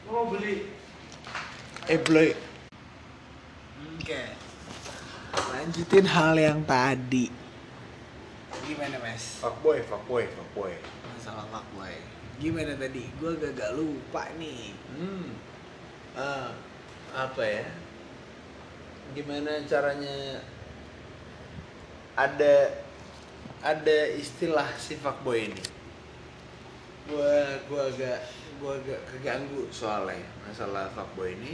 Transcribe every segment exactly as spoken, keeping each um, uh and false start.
Mau beli Eh beli. Oke. Lanjutin hal yang tadi. Gimana mas? Fuckboy, fuckboy, fuckboy. Masalah fuckboy. Gimana tadi? Gue agak lupa nih. Hmm. Ah, apa ya? Gimana caranya ada ada istilah si fuckboy ini? Gua gua agak gua agak keganggu soalnya masalah fuckboy ini.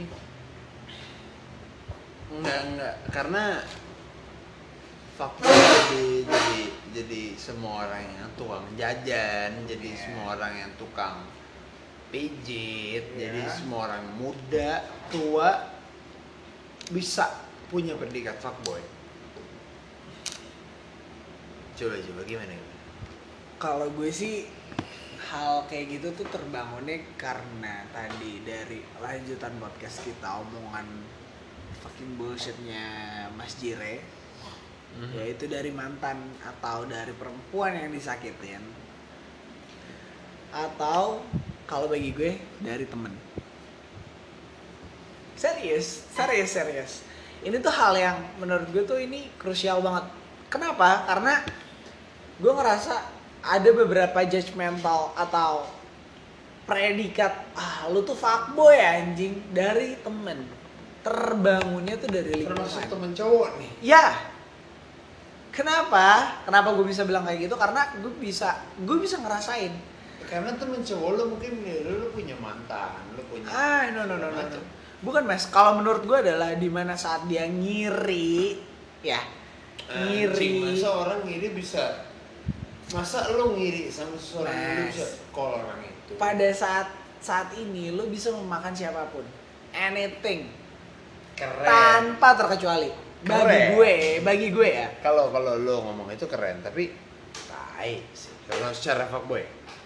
Enggak enggak karena fuckboy jadi jadi jadi semua orang yang tukang jajan, jadi Yeah. semua orang yang tukang pijit, Yeah. jadi semua orang muda, tua bisa punya predikat fuckboy. Coba coba gimana? Kalau gue sih hal kayak gitu tuh terbangunnya karena tadi dari lanjutan podcast kita omongan fucking bullshitnya Mas Jire, Mm-hmm. yaitu dari mantan atau dari perempuan yang disakitin, atau kalau bagi gue dari temen. Serius, serius, serius. Ini tuh hal yang menurut gue tuh ini krusial banget. Kenapa? Karena gue ngerasa ada beberapa judgmental atau predikat, ah lu tuh fuckboy anjing, dari temen. Terbangunnya tuh dari lingkungan. Termasuk temen cowok nih. Ya. Kenapa? Kenapa gue bisa bilang kayak gitu? Karena gue bisa, gue bisa ngerasain. Karena temen cowok lo mungkin lu, lu punya mantan, lu punya. Ah, no no no no. no. Bukan mas, kalau menurut gue adalah di mana saat dia ngiri, ya, ngiri. Anjing, masa orang ngiri bisa, masa lo ngiri sama seseorang Mas, lu bisa call orang itu. Pada saat saat ini lo bisa memakan siapapun, anything, Keren. tanpa terkecuali. Bagi Keren. gue, bagi gue ya. Kalau kalau lo ngomong itu keren, tapi baik sih. Kalau secara fuckboy.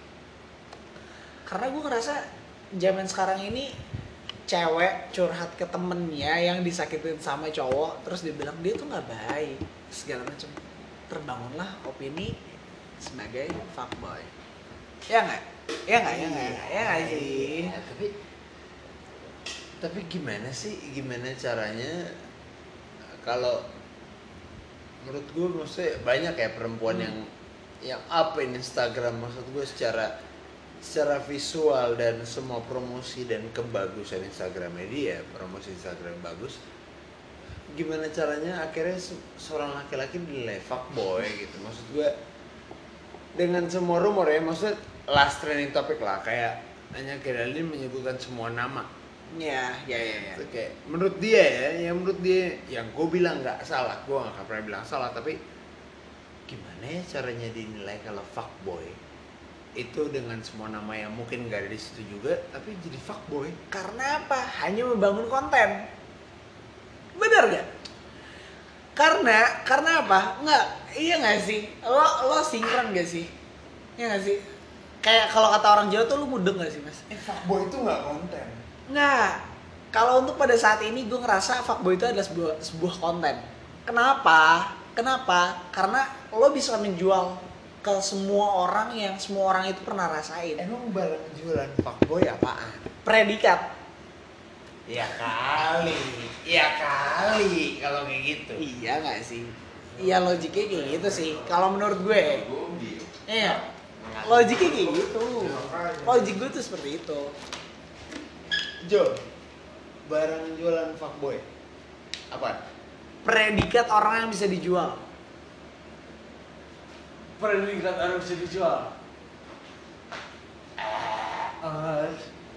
Karena gue ngerasa zaman sekarang ini cewek curhat ke temennya yang disakitin sama cowok, terus dia bilang dia tuh nggak baik, segala macam. Terbangunlah opini sebagai fuckboy. Ya nggak? Ya nggak? Ya nggak? Ya nggak sih? Ya, tapi tapi gimana sih? Gimana caranya? Kalau menurut gue maksudnya banyak ya perempuan hmm. yang yang upin Instagram, maksud gue secara secara visual dan semua promosi dan kebagusan Instagramnya dia, promosi Instagram bagus. Gimana caranya akhirnya se- seorang laki-laki dinilai fuckboy gitu? Maksud gue dengan semua rumor ya, maksudnya last trending topic lah, kayak hanya Geraldine menyebutkan semua nama. Ya, ya, ya, ya. Kayak menurut dia ya, yang menurut dia, yang gue bilang nggak salah, gue nggak pernah bilang salah, tapi gimana ya caranya dinilai kalau fuckboy itu dengan semua nama yang mungkin nggak ada di situ juga, tapi jadi fuckboy. Karena apa? Hanya membangun konten. Bener gak? Karena, karena apa? Nggak, iya nggak sih? Lo lo sinkron gak sih? Iya nggak sih? Kayak kalau kata orang Jawa tuh lu mudeng gak sih mas? Eh fuckboy itu nggak konten. Nggak. Kalau untuk pada saat ini gue ngerasa fuckboy itu adalah sebuah, sebuah konten. Kenapa? Kenapa? Karena lo bisa menjual ke semua orang yang semua orang itu pernah rasain. Emang barang jualan fuckboy apaan? Predikat. Ya kali, ya kali kalau kayak gitu. Iya nggak sih? Iya logiknya kayak gitu sih. Kalau menurut gue, iya. Logiknya kayak gitu. Logik gue tuh seperti itu. Jo, barang jualan fuckboy apa? Predikat orang yang bisa dijual. Predikat orang bisa dijual. Uh,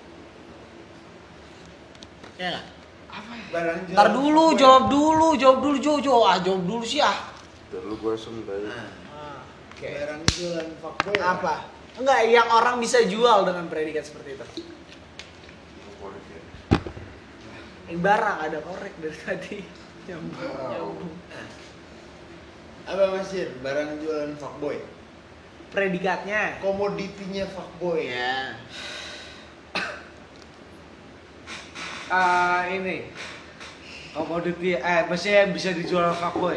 Ya nggak? Apa? Barang jualan. Ntar dulu, fuckboy. jawab dulu, jawab dulu Jojo. Ah, jawab dulu sih ah. Dulu gue sembari. Nah, Ah, oke. Barang jualan fuckboy apa? Enggak, yang orang bisa jual dengan predikat seperti itu. Ini barang ada korek dari tadi. Nyambung, nyambung. Apa Masir? Barang jualan fuckboy. Predikatnya. Komoditinya fuckboy. Ya. Ah ini komoditi eh maksudnya yang bisa dijual fuckboy.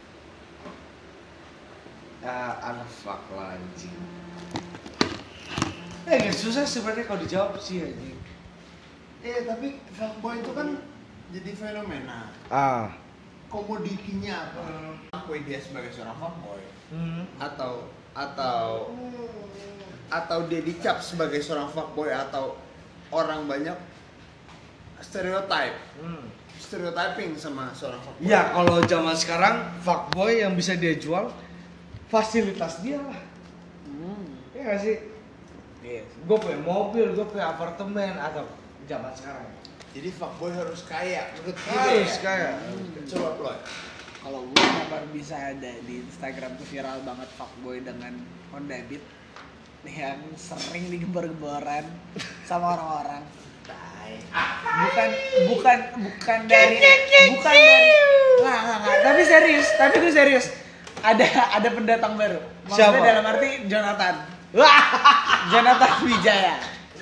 Ah, anak fuck lah anjing. Eh, gak susah sebenarnya kalau dijawab sih anjing. Iya, tapi fuckboy itu kan jadi fenomena. Ah. Komoditinya apa? Fuckboy dia sebagai seorang fuckboy Hmm. atau atau atau dia dicap sebagai seorang fuckboy atau orang banyak stereotype Hmm. stereotyping sama seorang fuckboy. Ya kalau zaman sekarang fuckboy yang bisa dia jual fasilitas dia lah. Hmm. Iya gak sih? Iya. Gue punya mobil, gue punya apartemen atau zaman sekarang. Jadi fuckboy harus kaya menurut gue. Harus ya? kaya. Coba Ploy. Kalau gue kabar bisa ada di Instagram tuh viral banget fuckboy dengan Honda Beat yang sering digembar-gemboran sama orang-orang. Bukan bukan bukan dari bukan dari nggak nggak nggak tapi serius tapi gue serius ada ada pendatang baru maksudnya Siapa? dalam arti Jonathan wah Jonathan Wijaya.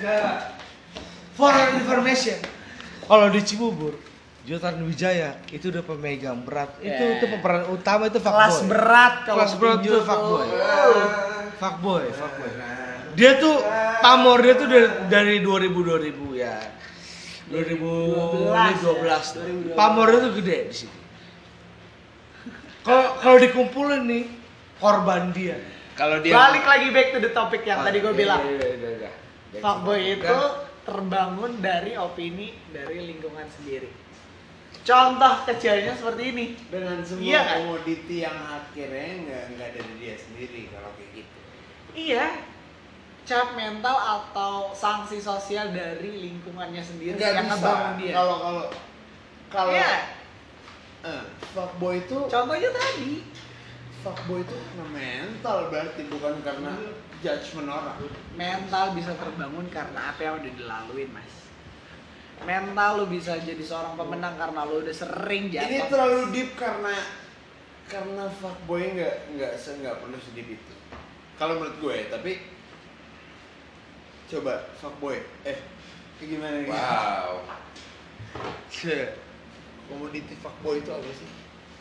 For information, kalau di Cibubur, Jonathan Wijaya itu udah pemegang berat. Itu Yeah. itu pemeran utama itu fuckboy. Kelas berat kalau Kelas berat tinju tuh fuckboy. Fuckboy, fuckboy. Dia tuh pamor dia tuh dari, dari dua ribu dua ribu ya. dua ribu dua belas. ya. Pamornya tuh gede di sini. Kalau kalau dikumpulin nih korban dia. Kalau dia Balik lagi back to the topic yang tadi gue Iya, bilang. iya, iya, iya, iya. Fuckboy itu terbangun dari opini dari lingkungan sendiri. Contoh kecilnya seperti ini. dengan semua Iya kan? komoditi yang akhirnya nggak nggak dari dia sendiri kalau kayak gitu. Iya. Cap mental atau sanksi sosial dari lingkungannya sendiri Nggak yang bisa. ngebangun dia. Kalau kalau kalau Iya. eh, fuckboy itu Contohnya tadi. fuckboy itu karena mental berarti bukan karena judgement orang. Mental bisa terbangun karena apa yang udah dilaluin, Mas. Mental lu bisa jadi seorang pemenang karena lu udah sering jatuh. Ini terlalu deep karena karena fuckboy nggak nggak se nggak perlu sedih itu. Kalau menurut gue, tapi coba fuckboy, eh kayak gimana nih? Wow. Se- komoditi fuckboy itu apa sih?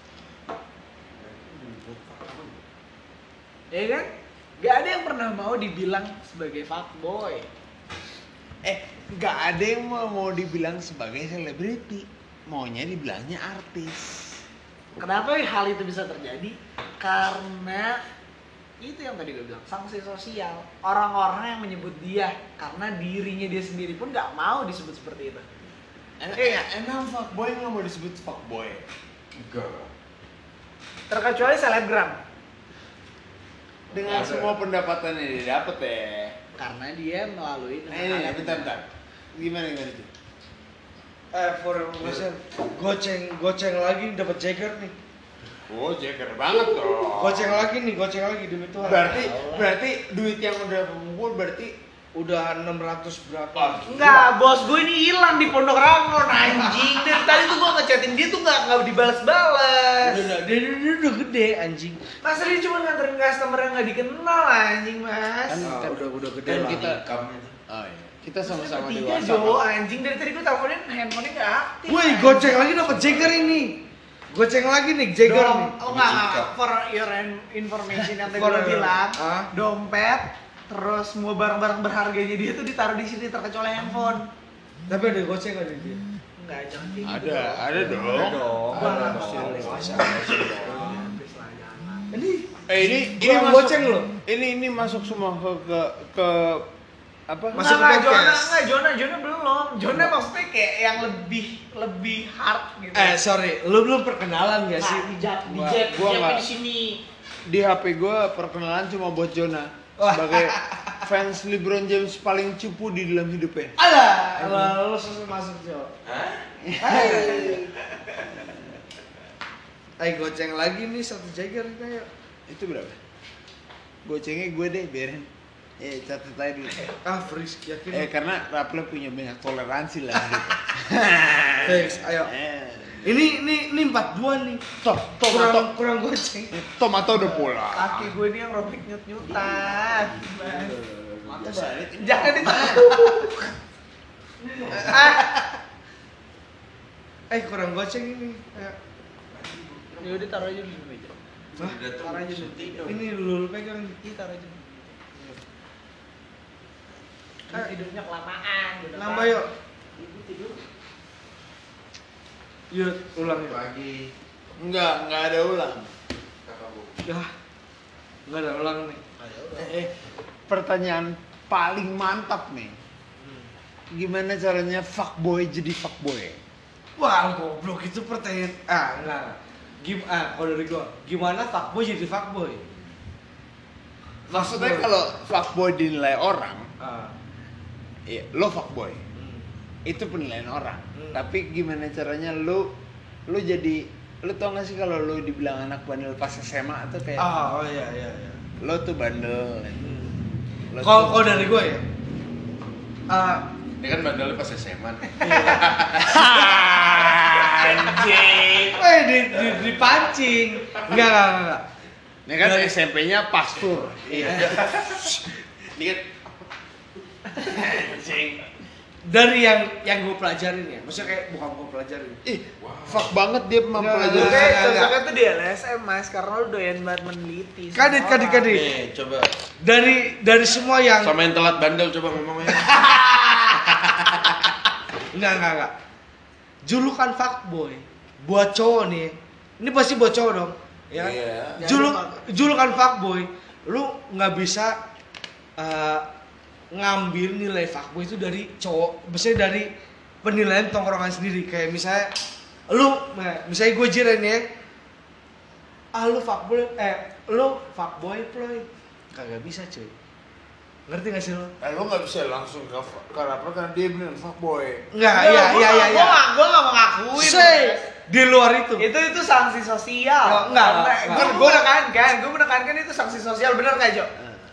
Ya kan? Gak ada yang pernah mau dibilang sebagai fuckboy. Eh, nggak ada yang mau, mau dibilang sebagai selebriti, maunya dibilangnya artis. Kenapa hal itu bisa terjadi? Karena itu yang tadi gue bilang, sanksi sosial. Orang-orang yang menyebut dia karena dirinya dia sendiri pun nggak mau disebut seperti itu. Em- Iya. Emang fuckboy nggak mau disebut fuckboy? Enggak. Terkecuali selebgram. Dengan Ada. semua pendapatan yang dia dapat ya. Karena dia melalui Nah ini, bentar, bentar. Gimana gimana itu? Eh, for information, goceng goceng lagi dapat Jagger nih. Oh, jacker banget dong. Goceng lagi nih, goceng lagi demi Tuhan. Berarti berarti duit yang udah kumpul berarti udah enam ratus berapa? Enggak, bos gue ini hilang di Pondok Rangon anjing. Dari tadi tuh gue ngechatin dia tuh nggak nggak dibalas-balas. Udah, dia, dia, dia udah gede anjing. Masa dia cuma nganterin customer yang nggak dikenal anjing, Mas. Kan- Ah, udah udah gede kan lah. kita- Income-nya. oh iya. Kita sama-sama Tiga dewasa. Jo, Pak. anjing dari tadi gue teleponin handphonenya nggak aktif. Wih, anjing. goceng lagi dapat Jagger ini. Goceng lagi nih Jagger Dom, nih. oh enggak, enggak, enggak. For your in- information yang tadi For gue your- bilang, ah? dompet, terus semua barang-barang berharganya dia tuh ditaruh di sini terkecuali handphone. Tapi ada goceng ada dia. Enggak, jangan kayak gitu. Ada, dong. ada dong. Ada dong. Gua Ada nggak dong. mau. Masa, Habis lah, jangan. Ini Eh ini ini Gua masuk, goceng loh. Ini ini masuk semua ke ke, ke apa? Masuk Enggak, ke enggak, Jona, podcast. enggak, Jona, Jona belum. Jona maksudnya kayak yang lebih lebih hard gitu. eh sorry, lu belum perkenalan gak sih? Nah, di jab, di Gua- jab, gua di jab nggak. di sini. Di H P gue perkenalan cuma buat Jonah Wah. sebagai fans LeBron James paling cupu di dalam hidupnya. Alah, alah, lu susah masuk Jo. Hah? Eh goceng lagi nih satu Jagger nih ayo. Itu berapa? Gocengnya gue deh biarin. Eh catat aja dulu. Ah, Fris, yakin. Eh karena Rapple punya banyak toleransi lah gitu. Thanks, ayo. Eh, Ini ini ini empat dua nih. Tom, Tom, kurang Tom, kurang goceng. Tom atau udah pulang. Kaki gue ini yang robek nyut-nyutan. Mata balik. Jangan ditepuk. Eh kurang goceng ini. Ayo. Ya udah taruh aja dulu di meja. Hah? Udah tuh Taruh aja dulu. syuting dong. Ini dulu lu pegang. Iya, taruh aja dulu. Kan tidurnya kelamaan gitu. Nambah kan. yuk. Ibu tidur. Yuk, ulang yuk. Pagi. Enggak, enggak ada ulang. Kakak bu. Ya. Enggak ada ulang nih. Eh, eh, pertanyaan paling mantap nih. Gimana caranya fuckboy jadi fuckboy? Wah, goblok itu pertanyaan. Ah, enggak. enggak. Gim ah, kalau dari gua, gimana fuckboy jadi fuckboy? Maksudnya Fuckboy. kalau fuckboy dinilai orang, Ah. ya lo fuckboy. Hmm. Itu penilaian orang. Hmm. Tapi gimana caranya lo lo jadi lo tau gak sih kalau lo dibilang anak bandel pas S M A tuh kayak Ah, oh iya iya iya. lo tuh bandel. Lo Kalau tuh- kalau dari gua ya. Ah, Ini kan bandelnya pas S M A. Anjing. eh di, di, dipancing. Enggak enggak enggak. Ini kan Dari- S M P-nya pastur. Iya. Ini kan Anjing. Dari yang yang gue pelajarin ya, maksudnya kayak bukan gue pelajarin. Ih, fuck banget dia mempelajari. Enggak, Oke, enggak, cocoknya tuh di L S M mas, karena lu doyan banget meneliti. sama Kadit, kadit, orang. kadit. nih, coba Dari dari semua yang sama yang telat bandel coba ngomongnya. enggak enggak enggak. Julukan fuckboy buat cowok nih. Ini pasti buat cowok dong, ya. Iya. Juluk julukan fuckboy, lu nggak bisa eh, ngambil nilai fuckboy itu dari cowok, misalnya dari penilaian tongkrongan sendiri. Kayak misalnya lu, nah, misalnya gue jiran ya, ah lu fuckboy, eh lu fuckboy ploy, kagak bisa cuy. Ngerti gak sih lu? Eh, lo nggak bisa langsung ke ke rapper karena dia bener fuckboy. Enggak, Nggak, iya gua iya nggak- iya Gua iya. nggak, gua nggak mengakuin. Say, Mas. di luar itu. Itu itu sanksi sosial. Oh, enggak, Karena enggak, Gua, enggak. gua menekankan, gua menekankan itu sanksi sosial, bener nggak Jo?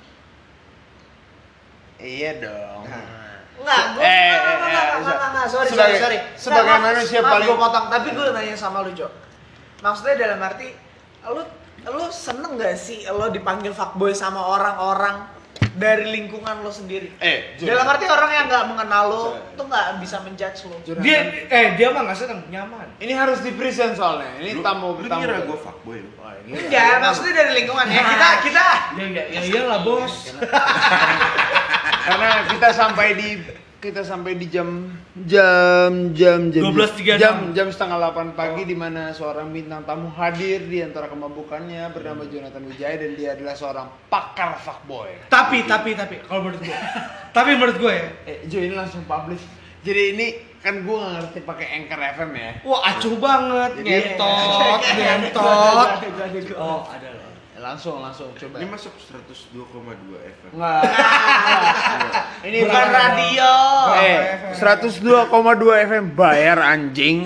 Iya dong. Enggak, gua Eh, enggak, eh, enggak, eh, enggak, enggak, enggak, enggak, sorry, sebagai- sorry, sorry. sebagai Enggak, maaf, manusia maaf, paling- gua potong, tapi gua nanya sama lu Jo. Maksudnya dalam arti lu lu seneng gak sih lo dipanggil fuckboy sama orang-orang dari lingkungan lo sendiri? Eh, Jun. Dalam arti orang yang nggak mengenal lo Jun. tuh nggak bisa menjudge lo. Jun. Dia eh dia mah nggak seneng, nyaman. Ini harus di present soalnya. Ini Lu- tamu lu tamu. kira gue fuckboy lu? Wah, gila. Enggak, maksudnya dari lingkungan ya kita kita Ya ya ya iyalah bos. Karena kita sampai di kita sampai di jam jam jam jam dua belas tiga puluh enam. jam jam setengah delapan pagi di mana seorang bintang tamu hadir di antara kemampukannya bernama Jonathan Wijaya dan dia adalah seorang pakar fuckboy. Tapi tapi tapi kalau menurut gue, tapi menurut gue ya, Eh, Jo ini langsung publish. Jadi ini kan gue nggak ngerti pakai Anchor F M ya. wah acuh banget, Jadi- ngentot, ngentot. Oh ada loh. Langsung langsung coba. Ini masuk seratus dua koma dua F M. Enggak. Ini bukan bukan radio. Eh, seratus dua koma dua F M bayar anjing.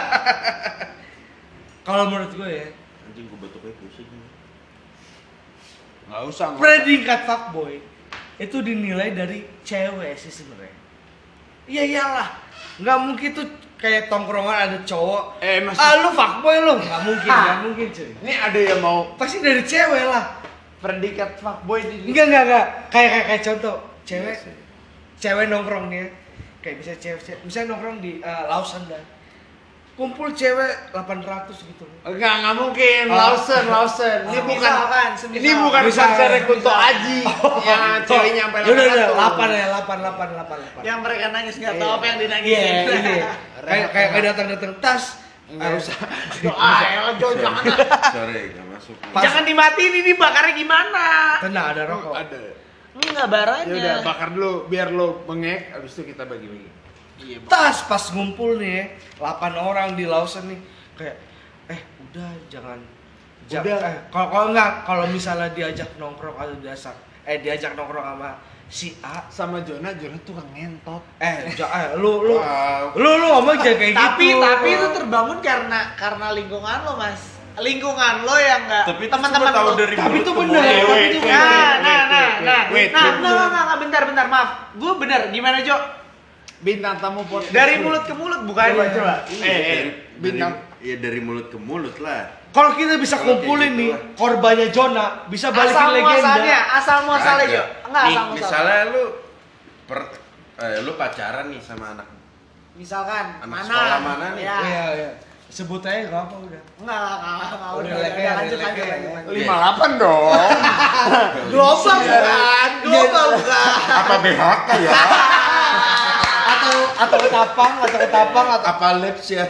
Kalau menurut gue ya, Anjing gue batuknya pusing. Enggak usah. nggak usah. predikat fuckboy itu dinilai dari cewek sih sebenarnya. Iya iyalah, nggak mungkin tuh kayak tongkrongan ada cowok. Eh, Mas. Ah lu fuckboy lu, nggak mungkin, nggak mungkin cuy. Ini ada yang mau Pasti dari cewek lah. predikat fuckboy di Enggak enggak enggak. Kayak kayak, kayak contoh, cewek Iya sih. cewek nongkrong nih ya. Kayak bisa cewek, cewek misalnya nongkrong di uh, Lausan dan kumpul cewek delapan ratus gitu. Enggak, enggak mungkin. Oh. Lawson, Lawson. Ini Oh, bukan misalkan, semisal. ini bukan Misal. konser Kunto Aji yang ceweknya sampai Ya udah udah ratus. delapan ya, delapan delapan delapan delapan. Yang mereka nangis nggak Iya. tahu apa yang Iya, dinangisin. ini. Kayak kayak kayak datang-datang tas. Enggak Eh, usah. Ah, ya Jo jangan. Sorry, gak masuk. Pas- Jangan dimatiin ini bakarnya gimana? Tenang ada rokok. Ada. Enggak Ya baranya. udah bakar dulu biar lo mengek habis itu kita bagi-bagi. Iya, Tas pas ngumpul nih ya, delapan orang di Lausan nih kayak eh udah jangan ja- Udah. eh kalau kalau enggak kalau misalnya diajak nongkrong atau diajak eh diajak nongkrong sama si A sama Jona, Jona tuh kan ngentot. eh ja, eh lu lu Wow. lu lu ngomong jangan kayak tapi gitu. tapi itu terbangun karena karena lingkungan lo mas. Lingkungan lo yang nggak Tapi itu teman-teman semua tahu lo. dari Tapi mulut itu ke bener, mulut. tapi wait, itu wait, Nah, bener. nah, nah, nah, wait, nah, wait, nah, wait. nah, nah, nah, bentar, bentar, maaf. Gue bener, gimana Jo? Bintang tamu podcast. Dari mulut ke mulut bukan? Coba, ya? coba. Iya, Eh, eh, dari, bintang. dari, ya dari mulut ke mulut lah. Kalau kita bisa Kalau kumpulin kayak gitu nih lah. korbannya Jona bisa balikin Asal legenda. muasalnya, asal muasalnya Jo. Kagak. Enggak Nih, asal muasalnya. misalnya lu per, eh, lu pacaran nih sama anak Misalkan Anak mana? sekolah mana nih? Ya. Iya iya. Sebut aja enggak apa udah. Enggak, enggak, enggak, enggak, Udah udah, leke, udah, lanjut, udah lanjut, leke. lanjut, lanjut. lima puluh delapan dong. Global Iya. bukan? Global bukan? Apa B H K ya? atau atau ketapang atau ketapang atau Apa lips ya?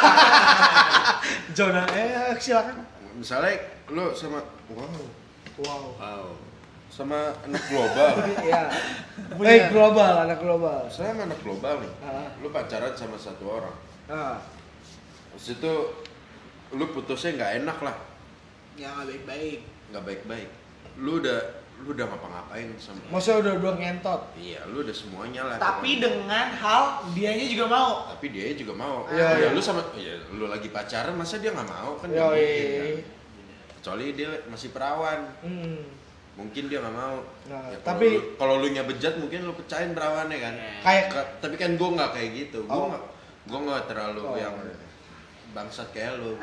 zona eh silakan. Misalnya lu sama wow, Wow. Wow. sama anak global. Iya. Eh global, anak global. Saya sama anak global nih. Ah. Lu pacaran sama satu orang. Ah. Terus itu lu putusnya nggak enak lah, Ya nggak baik-baik. nggak baik-baik. Lu udah lu udah ngapa-ngapain sama. Maksudnya udah udah ngentot. Iya, lu udah semuanya lah. Tapi pokoknya. dengan hal dianya juga mau. Tapi dia juga mau. Iya, ya iya. lu sama ya lu lagi pacaran masa dia nggak mau kan? Iya, nggak iya. mungkin, kan? Kecuali dia masih perawan. Hmm. Mungkin dia nggak mau. Nah, Ya, kalau tapi- lu- kalau lu nya bejat mungkin lu pecahin perawannya kan. Kayak- Ka- tapi kan gua nggak kayak gitu. Gua Oh. nggak gua nggak terlalu Oh. yang bangsat kayak lu.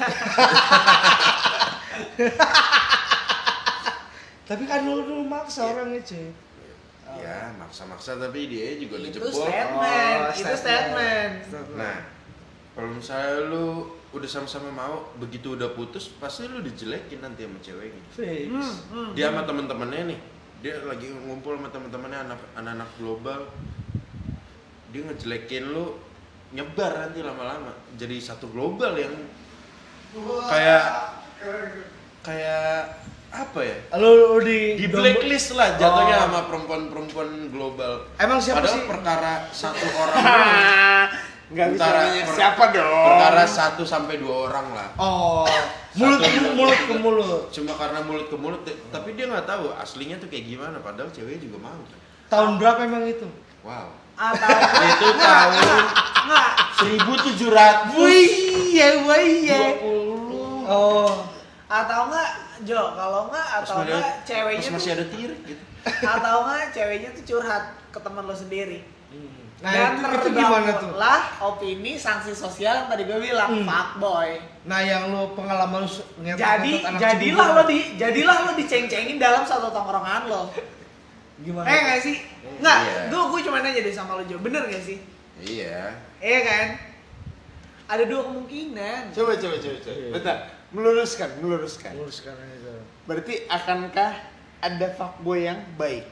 Tapi kan lu dulu maksa orangnya, Cek. Ya, maksa-maksa tapi dia juga udah Itu jebol. statement, Oh, itu statement. Nah, kalau misalnya lu udah sama-sama mau, begitu udah putus, pasti lu dijelekin nanti sama ceweknya. Fix. Hmm, hmm. Dia sama temen-temennya nih, dia lagi ngumpul sama temen-temennya anak anak global, dia ngejelekin lu, nyebar nanti lama-lama jadi satu global yang kayak kayak apa ya? Lu, lu di Di blacklist lah jatuhnya Oh. sama perempuan-perempuan global. Emang siapa Padahal sih? perkara satu orang Nggak bisa Antara- nanya per- siapa dong. perkara satu sampai dua orang lah. Oh, mulut ke mulut ke mulut. Cuma karena mulut ke mulut, tapi dia nggak tahu aslinya tuh kayak gimana. Padahal ceweknya juga mau. Tahun berapa emang itu? Wow. Atau Itu tahun enggak. seribu tujuh ratus Wih, ya, wih, ya. dua puluh. Oh, Atau enggak, Jo, kalau enggak atau Pas enggak masih- ceweknya pas masih tuh ada tirik gitu. atau enggak ceweknya tuh curhat ke teman lo sendiri. nah Dan itu, itu gimana tuh? terbangunlah opini sanksi sosial yang tadi gue bilang, Hmm. fuckboy. Nah yang lu pengalaman lu ngetot Jadi jadilah lo di jadilah lo diceng-cengin dalam satu tongkrongan lo. gimana? Eh nggak sih? Nggak, Iya. gue gue cuma nanya deh sama lo Jo, bener gak sih? Iya. Iya kan? Ada dua kemungkinan. Coba coba coba coba. Iya. Bentar, meluruskan, meluruskan. Ngurus sekarang itu. Berarti akankah ada fuckboy yang baik?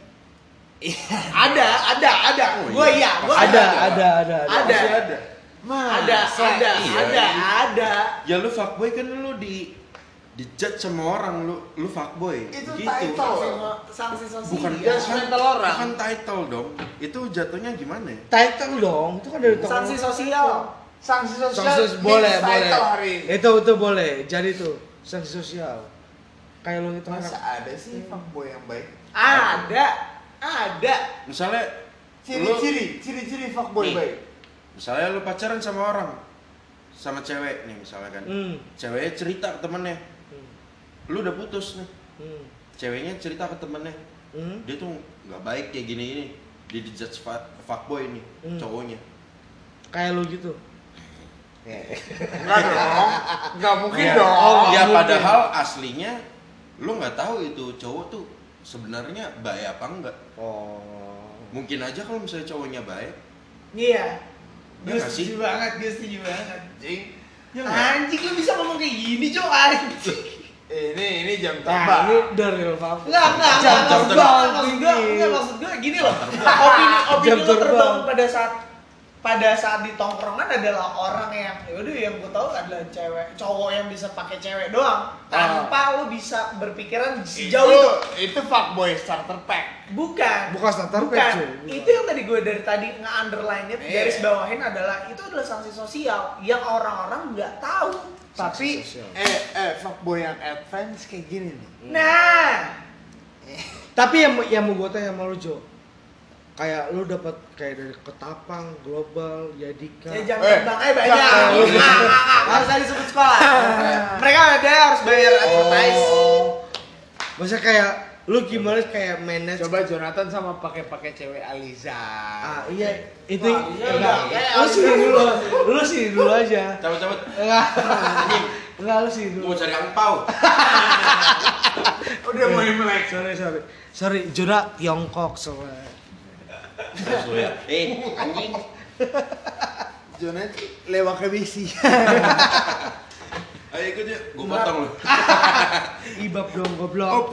Ada, ada, ada. Oh, Gue iya. iya, gue Ada, Ada. ada, ada, ada. Ada. Masih ada. Ada, ada, Iya. ada, ada. Ya lu fuckboy kan lu di dijudge sama orang, lu lu fuckboy. Itu gitu. title. Sanksi, sanksi sosial. Bukan Judgmental orang. Bukan title dong. Itu jatuhnya gimana ya? Title dong, itu kan dari tongkrongan. Sanksi sosial. Sanksi sosial. Sanksi boleh, means boleh. title hari ini. Itu itu boleh. Jadi tuh sanksi sosial. Kayak lu itu Masa anak. ada sih fuckboy yang baik? Ada, ada. Misalnya Ciri-ciri, ciri-ciri fuckboy Nih. baik. misalnya lu pacaran sama orang, sama cewek nih misalnya kan. Hmm. Ceweknya cerita ke temennya, Hmm. lu udah putus nih. Hmm. Ceweknya cerita ke temennya, Hmm. dia tuh nggak baik kayak gini ini. Dia dijudge fuck- fuckboy nih, Hmm. cowoknya. Kayak lu gitu. Enggak dong. Enggak mungkin Ya, dong. oh, ya mungkin. padahal aslinya lu nggak tahu itu cowok tuh sebenarnya baik apa enggak. Oh. Mungkin aja kalau misalnya cowoknya baik. Iya. Ya Gue nggak sih? setuju banget, gue setuju banget. Anjing. Ya nggak? Anjing lu bisa ngomong kayak gini, Jo, anjing. Eh, Ini ini jam Nah, terbang. ini dari real fuck. Enggak, enggak, Jam enggak, maksud terbang gue, maksud gue, tinggi. enggak, maksud gue gini loh. Opini, opini Jam lu terbang. terbangun pada saat pada saat di tongkrongan adalah orang yang yaudah yang gue tahu adalah cewek cowok yang bisa pakai cewek doang tanpa lu bisa berpikiran sejauh itu. Itu fuckboy starter pack. Bukan. Bukan starter Bukan. pack, cuy. Bukan. Itu yang tadi gue dari tadi nge-underline-nya Iya. garis bawahin adalah itu adalah sanksi sosial yang orang-orang nggak tahu. Tapi sosial. eh eh fuckboy yang advance kayak gini nih. Nah, Tapi yang yang mau gue tanya sama lu Jo, kayak lu dapat kayak dari Ketapang, Global, Yadika. ya jam Eh, terbang eh banyak. jangan. Nggak, nggak, nggak, nggak usah disebut sekolah. Mereka ada harus bayar advertise. Oh. Maksudnya kayak lu gimana kayak manage? Coba Jonathan sama pakai-pakai cewek Aliza. Ah iya, itu Wah, iya, enggak. udah. Lu sini dulu, lu sini dulu aja. Cabut-cabut. Enggak. Enggak lu sini dulu. Mau cari angpau. Udah mau Imlek. Sorry, sorry. Sorry, Jura Tiongkok soalnya. Terus lu ya. Eh, anjing. Jonathan lewat ke bisi. Ayo ikut yuk, gua potong lu. Ibab dong goblok.